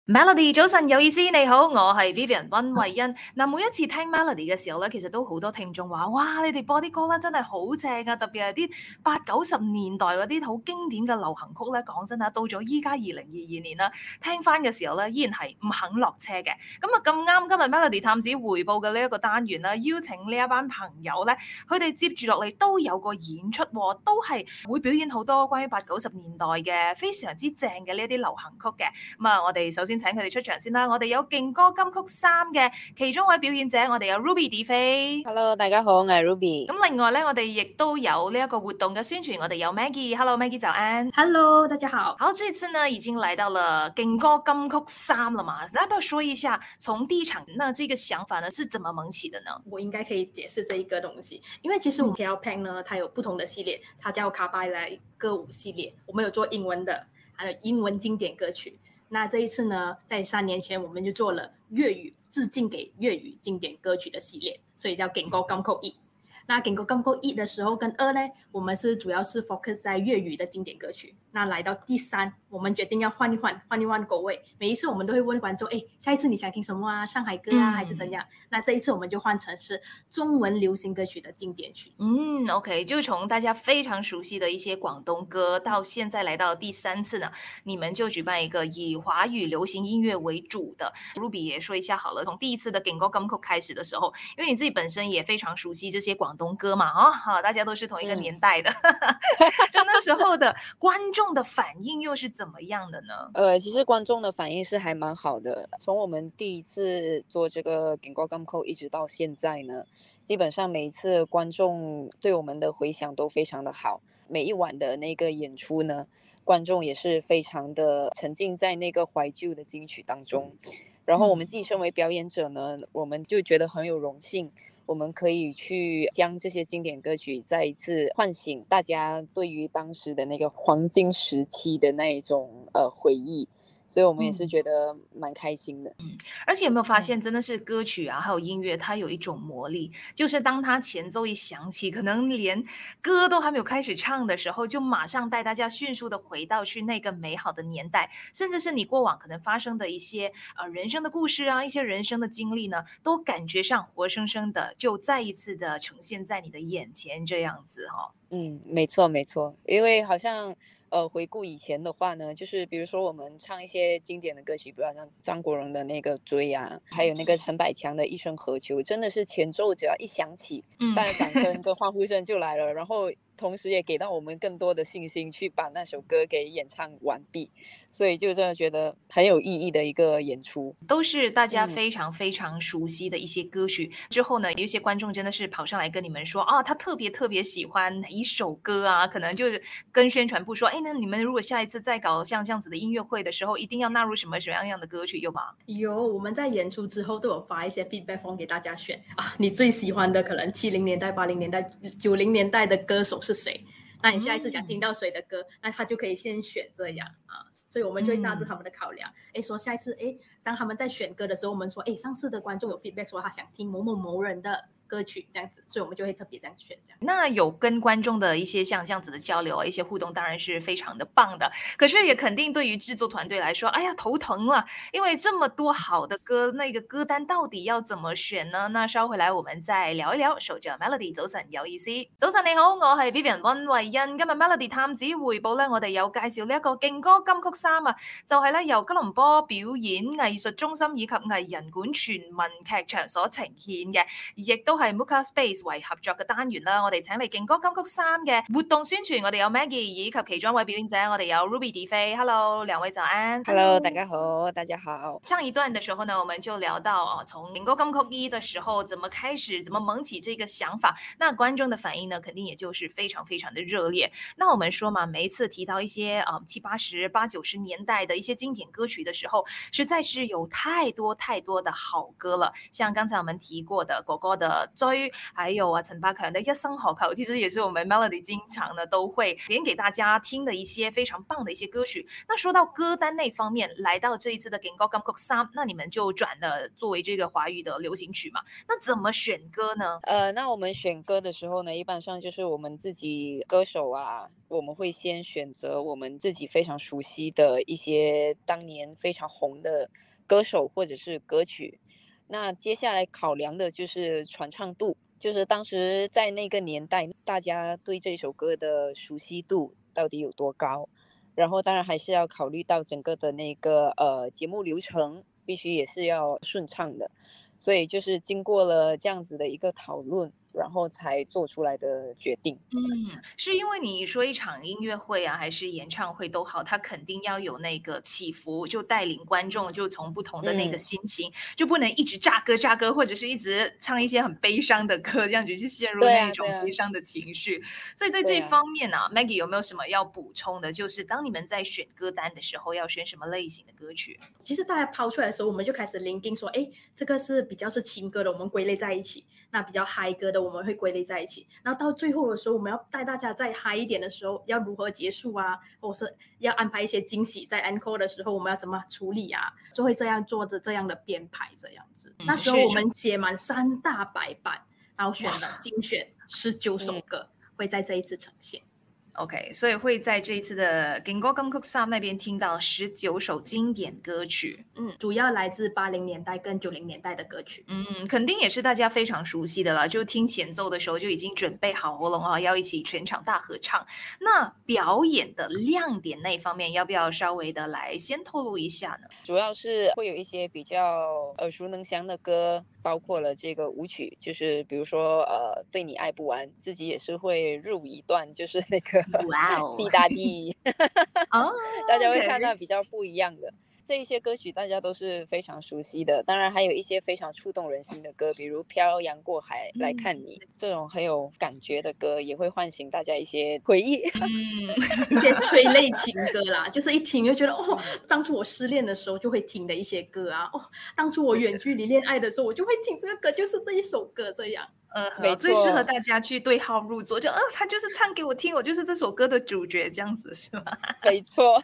Melody 早晨有意思，你好，我係 Vivian 溫慧欣。嗱，每一次聽 Melody 嘅時候咧，其實都好多聽眾話：哇，你哋播啲歌咧真係好正啊！特別係啲80、90年代嗰啲好經典嘅流行曲咧，講真啊，到咗依家2022年啦，聽翻嘅時候咧，依然係唔肯落車嘅。咁啊咁啱今日 Melody 探子回報嘅呢一個單元啦，邀請呢一班朋友咧，佢哋接住落嚟都有個演出喎，都係會表演好多關於80、90年代嘅非常之正嘅呢一啲流行曲嘅。咁啊，我哋首先請佢哋出場先啦。我哋有勁歌金曲3嘅其中一位表演者，我哋有 Ruby 迪飛。 Hello， 大家好，我係 Ruby。 咁另外咧，我哋亦都有呢一個活動嘅宣傳，我哋有 Maggie。Hello Maggie，早安。 Hello，大家好。 好，這次呢已經來到了勁歌金曲3了嘛？來不要說一下，從第一場，那這個想法呢是怎麼萌起的呢？ 我應該可以解釋這一個東西，因為其實我們 KLPAC 呢，它有不同的系列，它叫卡巴萊歌舞系列，我們有做英文的，還有英文經典歌曲。那這一次呢，在3年前我們就做了粵語致敬給粵語經典歌曲的系列，所以叫勁歌金曲1。那勁歌金曲1的時候跟2呢，我們是主要是 focus 在粵語的經典歌曲。那來到第3，我們決定要換一換口味。每一次我們都會問觀眾，下一次你想聽什麼啊？上海歌啊，還是怎樣？那這一次我們就換成是中文流行歌曲的經典曲。 OK， 就從大家非常熟悉的一些廣東歌，到現在來到第3次呢，你們就舉辦一個以華語流行音樂為主的。Ruby 也說一下好了，從第一次的勁歌金曲開始的時候，因為你自己本身也非常熟悉這些廣東歌嘛，大家都是同一個年代的，就那時候的觀眾的反應又是怎麼樣的呢？ 其實觀眾的反應是還蠻好的。從我們第一次做這個勁歌金曲一直到現在呢，基本上每一次觀眾對我們的回響都非常的好。每一晚的那個演出呢，觀眾也是非常的沉浸在那個懷舊的金曲當中。然後我們自己身為表演者呢，我們就覺得很有榮幸，我們可以去將這些經典歌曲再一次喚醒大家對於當時的那個黃金時期的那一種回憶，所以我們也是覺得蠻開心的。 而且有沒有發現真的是歌曲啊還有音樂它有一種魔力，就是當它前奏一響起，可能連歌都還沒有開始唱的時候，就馬上帶大家迅速的回到去那個美好的年代，甚至是你過往可能發生的一些人生的故事啊，一些人生的經歷呢，都感覺上活生生的就再一次的呈現在你的眼前這樣子沒錯沒錯，因為好像回顧以前的話呢，就是比如說我們唱一些經典的歌曲，比如像張國榮的那個追啊，還有那個陳百強的一生何求，真的是前奏只要一響起，大家掌聲跟歡呼聲就來了，然後同時也給到我們更多的信心去把那首歌給演唱完畢，所以就真的覺得很有意義的一個演出， 都是大家非常非常熟悉的一些歌曲。之後呢，有一些觀眾真的是跑上來跟你們說啊，他特別特別喜歡哪一首歌啊，可能就跟宣傳部說，那你們如果下一次再搞像這樣子的音樂會的時候，一定要納入什麼樣的歌曲，有嗎？ 有，我們在演出之後都有發一些 feedback form 給大家選啊，你最喜歡的可能70年代、80年代、90年代的歌手是誰？那你下一次想聽到誰的歌，那他就可以先選這樣啊，所以我們就會納入他們的考量。說下一次，當他們在選歌的時候，我們說，上次的觀眾有 feedback 說他想聽某某某人的歌曲，這樣子，所以我們就會特別這樣選這樣。 那有跟觀眾的一些像這樣子的交流，一些互動，當然是非常的棒的。可是也肯定對於製作團隊來說，哎呀頭疼了，因為這麼多好的歌，那個歌單到底要怎麼選呢？那稍回來我們再聊一聊。守着 Melody， 早晨有意思。早晨你好，我係 Vivian 溫慧欣。今日 Melody 探子回報咧，我哋有介紹呢一個勁歌金曲3啊，就係咧由吉隆坡表演藝術中心以及藝人館全民劇場所呈現嘅，亦都係 Muka Space 為合作嘅單元啦。我哋請嚟勁歌金曲3嘅活動宣傳，我哋有 Maggie 以及其中一位表演者，我哋有 Ruby 迪飛。Hello， 兩位早安。 Hello， 大家好，大家好。 上一段的時候呢，我們就聊到從勁歌金曲1的時候，怎麼開始，怎麼萌起這個想法，那觀眾的反應呢，肯定也就是非常非常的熱烈。那我們說嘛，每一次提到一些70、80、80、90年代的一些經典歌曲的時候，實在是有太多太多的好歌了。像剛才我們提過的國歌的追，还有陈百强的一生何求，其实也是我们 Melody 经常呢都会点给大家听的一些非常棒的一些歌曲。那说到歌单那方面，来到这一次的劲歌金曲3，那你们就转了作为这个华语的流行曲嘛，那怎么选歌呢？ 那我们选歌的时候呢，一般上就是我们自己歌手啊，我们会先选择我们自己非常熟悉的一些当年非常红的歌手或者是歌曲。那接下来考量的就是传唱度，就是当时在那个年代，大家对这首歌的熟悉度到底有多高。然后当然还是要考虑到整个的那个节目流程必须也是要顺畅的，所以就是经过了这样子的一个讨论，然后才做出来的决定。 是因为你说一场音乐会啊，还是演唱会都好，它肯定要有那个起伏，就带领观众就从不同的那个心情，就不能一直炸歌炸歌，或者是一直唱一些很悲伤的歌，这样子去陷入那种悲伤的情绪。所以在这方面啊，Maggie 有没有什么要补充的？就是当你们在选歌单的时候，要选什么类型的歌曲？ 其实大家抛出来的时候，我们就开始 linking 说，哎，这个是比较是情歌的，我们归类在一起；那比较嗨歌的，我们会归类在一起。然后到最后的时候，我们要带大家再嗨一点的时候，要如何结束啊，或者是要安排一些惊喜，在 encore 的时候，我们要怎么处理啊？就会这样做着这样的编排，这样子。那时候我们写满3大白板，然后选了精选19首歌，会在这一次呈现。 OK， 所以会在这一次的劲歌金曲3那边听到19首经典歌曲。 主要来自80年代跟90年代的歌曲。 肯定也是大家非常熟悉的了，就听前奏的时候就已经准备好喉咙啊，要一起全场大合唱。那表演的亮点那一方面，要不要稍微的来先透露一下呢？ 主要是会有一些比较耳熟能详的歌，包括了这个舞曲，就是比如说对你爱不完，自己也是会入一段，就是那个滴答滴，大家会看到比较不一样的。这一些歌曲大家都是非常熟悉的，当然还有一些非常触动人心的歌，比如漂洋过海来看你，这种很有感觉的歌也会唤醒大家一些回忆。 一些催泪情歌啦，就是一听就觉得当初我失恋的时候就会听的一些歌啊，当初我远距离恋爱的时候我就会听这个歌，就是这一首歌这样。 最适合大家去对号入座，就他就是唱给我听，我就是这首歌的主角，这样子是吗？ 没错。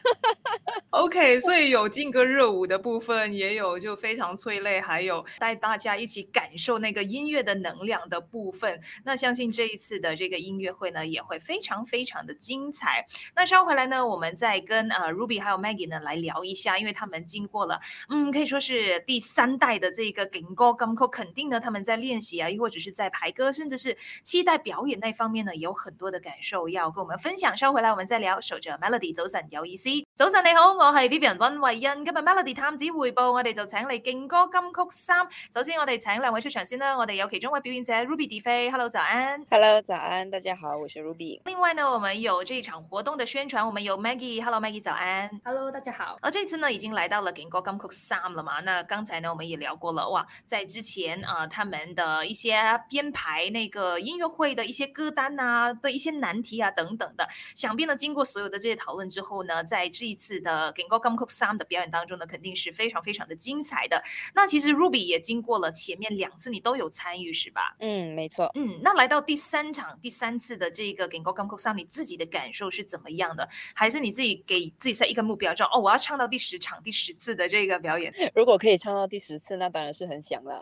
OK， 所以有劲歌热舞的部分，也有就非常催泪，还有带大家一起感受那个音乐的能量的部分。那相信这一次的这个音乐会呢，也会非常非常的精彩。那稍回来呢，我们再跟Ruby 还有 Maggie 呢来聊一下，因为他们经过了可以说是第3代的这个劲歌金曲，肯定呢他们在练习啊，又或者是在排歌，甚至是期待表演那方面呢，有很多的感受要跟我们分享。稍回来我们再聊。守着 Melody， 早晨有意思。早晨你好，我係 Vivian 溫慧欣。今日 Melody 探子匯報，我哋就請嚟勁歌金曲3。首先我哋請兩位出場先啦，我哋有其中一位表演者 Ruby 迪飛 ，Hello 早安。 Hello 早安，大家好，我是 Ruby。 另外呢，我們有這場活動的宣傳，我們有 Maggie，Hello Maggie 早安。 Hello 大家好。 而這次呢已經來到了勁歌金曲3了嘛，那剛才呢我們也聊過了，哇，在之前他們的一些編排那個音樂會的一些歌單啊的一些難題啊等等的，想必呢經過所有的這些討論之後呢，在這一次的勁歌金曲3的表演當中呢，肯定是非常非常的精彩的。那其實 Ruby 也經過了前面2次，你都有參與是吧？ 沒錯。 那來到第3場第3次的這個勁歌金曲3，你自己的感受是怎麼樣的？還是你自己給自己設一個目標，就我要唱到第10場第10次的這個表演？ 如果可以唱到第10次，那當然是很想了。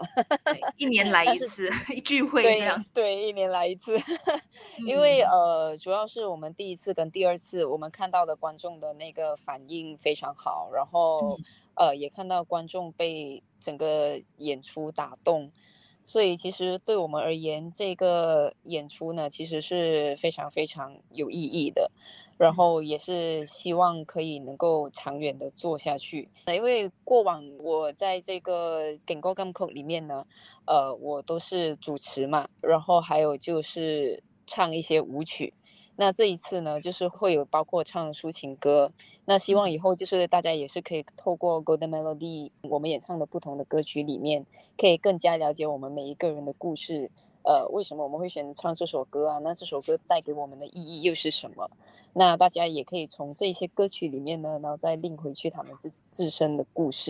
1年來一次聚會這樣。 對，1年來一次。因為主要是我們第1次跟第2次，我們看到的觀眾的那個反應非常好，然後也看到觀眾被整個演出打動，所以其實對我們而言，這個演出呢，其實是非常非常有意義的，然後也是希望可以能夠長遠的做下去。因為過往我在這個勁歌金曲裡面呢，我都是主持嘛，然後還有就是唱一些舞曲。那這一次呢，就是會有包括唱抒情歌，那希望以後就是大家也是可以透過 Golden Melody 我們演唱的不同的歌曲裡面，可以更加了解我們每一個人的故事，為什麼我們會選唱這首歌啊，那這首歌帶給我們的意義又是什麼，那大家也可以從這些歌曲裡面呢，然後再拎回去他們自身的故事，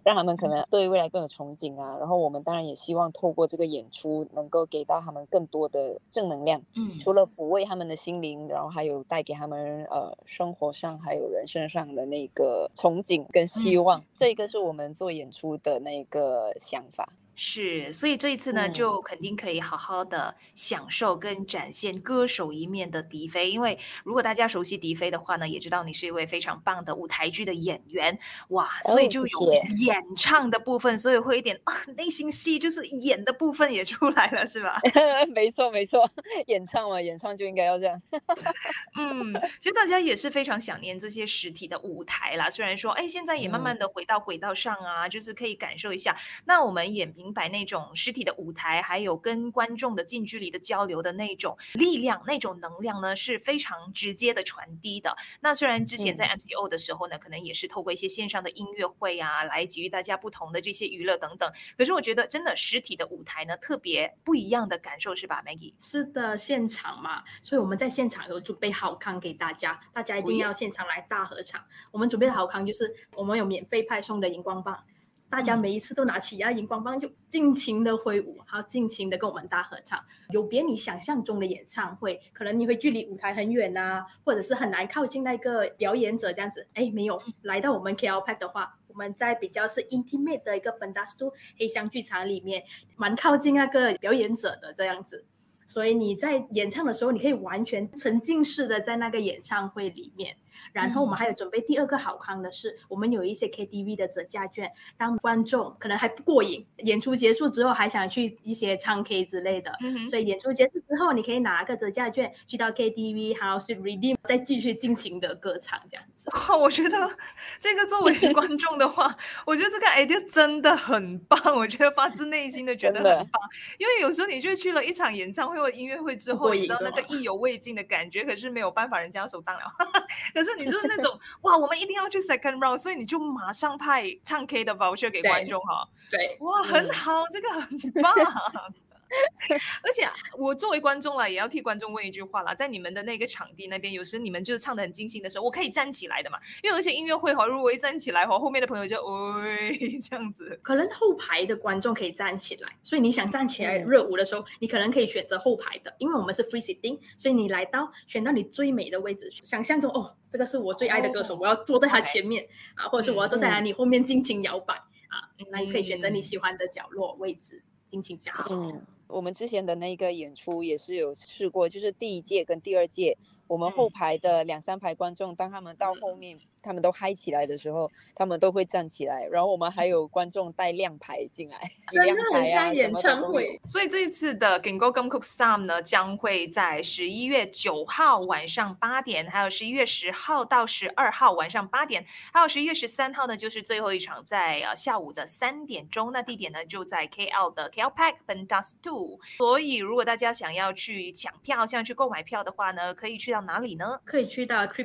让他们可能对未来更有憧憬啊。然后我们当然也希望透过这个演出，能够给到他们更多的正能量，除了抚慰他们的心灵，然后还有带给他们生活上还有人生上的那个憧憬跟希望。这个是我们做演出的那个想法。 是，所以这一次呢，就肯定可以好好的享受跟展现歌手一面的迪飞。因为如果大家熟悉迪飞的话呢，也知道你是一位非常棒的舞台剧的演员，哇，所以就有演唱的部分，所以会一点内心戏，就是演的部分也出来了，是吧？ 没错没错，演唱嘛，演唱就应该要这样。 其实大家也是非常想念这些实体的舞台啦。虽然说，现在也慢慢的回到轨道上啊，就是可以感受一下。那我们也明白那种实体的舞台，还有跟观众的近距离的交流的那种力量、那种能量呢，是非常直接的传递的。那虽然之前在 MCO 的时候呢，可能也是透过一些线上的音乐会啊，来给予大家不同的这些娱乐等等。可是我觉得真的实体的舞台呢，特别不一样的感受，是吧 ，Maggie？ 是的，现场嘛，所以我们在现场有准备好康给大家，大家一定要现场来大合唱。我们准备的好康就是我们有免费派送的荧光棒。大家每一次都拿起荧光棒就尽情的挥舞，还有尽情的跟我们大合唱，有别你想象中的演唱会，可能你会距离舞台很远啊，或者是很难靠近那个表演者这样子。没有，来到我们 KL Park 的话，我们在比较是 intimate 的一个Pendastu黑箱剧场里面，蛮靠近那个表演者的这样子。所以你在演唱的时候，你可以完全沉浸式的在那个演唱会里面。然后我们还有准备第二个好康的是，我们有一些 KTV 的折价券，让观众可能还不过瘾，演出结束之后还想去一些唱 K 之类的。所以演出结束之后，你可以拿个折价券去到 KTV， 然后去 redeem， 再继续尽情的歌唱这样子。 我觉得这个作为观众的话，我觉得这个 idea 真的很棒，我觉得发自内心的觉得很棒。因为有时候你就去了一场演唱会或音乐会之后，你知道那个意犹未尽的感觉，可是没有办法，人家要收档了。可是你就是那种哇，我们一定要去 second round， 所以你就马上派唱 K 的 voucher 给观众哈。 对， 哇，很好，这个很棒。而且我作为观众啦，也要替观众问一句话啦，在你们的那个场地那边，有时你们就是唱得很尽兴的时候，我可以站起来的嘛，因为有些音乐会如果一站起来后面的朋友就这样子， 可能后排的观众可以站起来，所以你想站起来热舞的时候，你可能可以选择后排的，因为我们是 free sitting， 所以你选到你最美的位置，想象中这个是我最爱的歌手，我要坐在他前面啊，或者是我要坐在你后面尽情摇摆啊，那你可以选择你喜欢的角落位置尽情享受。 我们之前的那个演出也是有试过，就是第一届跟第二届，我们后排的2-3排观众，当他们到后面他们都嗨起来的时候，他们都会站起来，然后我们还有观众带亮牌进来， 真的很像演唱会。 所以这一次的 Genggo Gamkok Sam 呢，将会在11月9号晚上8点，还有11月10号到12号晚上8点，还有11月13号呢，就是最后一场在下午的3点钟。那地点呢就在 KL 的 KL Park Pendastu。所以如果大家想要去抢票，想要去购买票的话呢，可以去到哪里呢？ 可以去到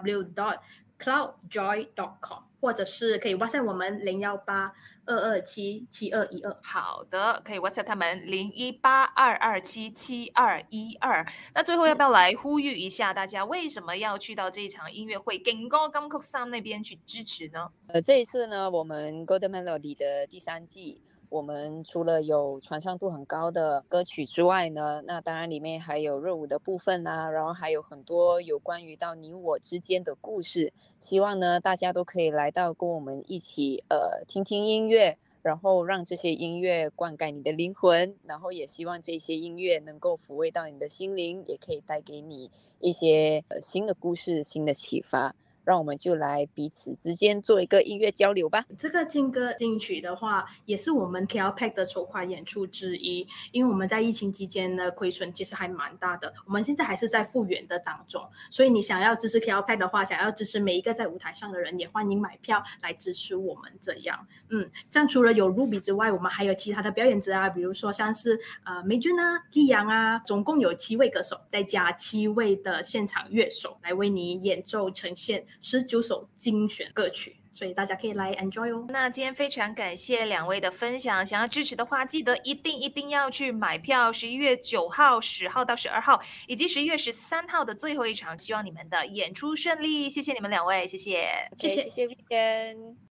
www.cloudjoy.com， 或者是可以 WhatsApp 我们018-227-7212。 好的，可以 WhatsApp 他们018-227-7212。那最后要不要来呼吁一下大家，为什么要去到这一场音乐会 Genggo Gamkok Sam 那边去支持呢？ 这一次呢，我们 Golden Melody 的第3季，我们除了有传唱度很高的歌曲之外呢，那当然里面还有热舞的部分啊，然后还有很多有关于到你我之间的故事。希望呢大家都可以来到跟我们一起听听音乐，然后让这些音乐灌溉你的灵魂，然后也希望这些音乐能够抚慰到你的心灵，也可以带给你一些新的故事、新的启发。让我们就来彼此之间做一个音乐交流吧。 这个劲歌金曲的话，也是我们 KL Park 的筹款演出之一，因为我们在疫情期间呢，亏损其实还蛮大的，我们现在还是在复原的当中，所以你想要支持 KL Park 的话，想要支持每一个在舞台上的人，也欢迎买票来支持我们这样。这样除了有 Ruby 之外，我们还有其他的表演者啊，比如说像是梅君啊、易阳啊，总共有7位歌手，再加7位的现场乐手来为你演奏呈现19首精选歌曲，所以大家可以来 enjoy 哦。 那今天非常感谢2位的分享，想要支持的话，记得一定要去买票。11月9号、10号到12号，以及11月13号的最后一场，希望你们的演出顺利。谢谢你们2位，谢谢， 谢谢 Vivian。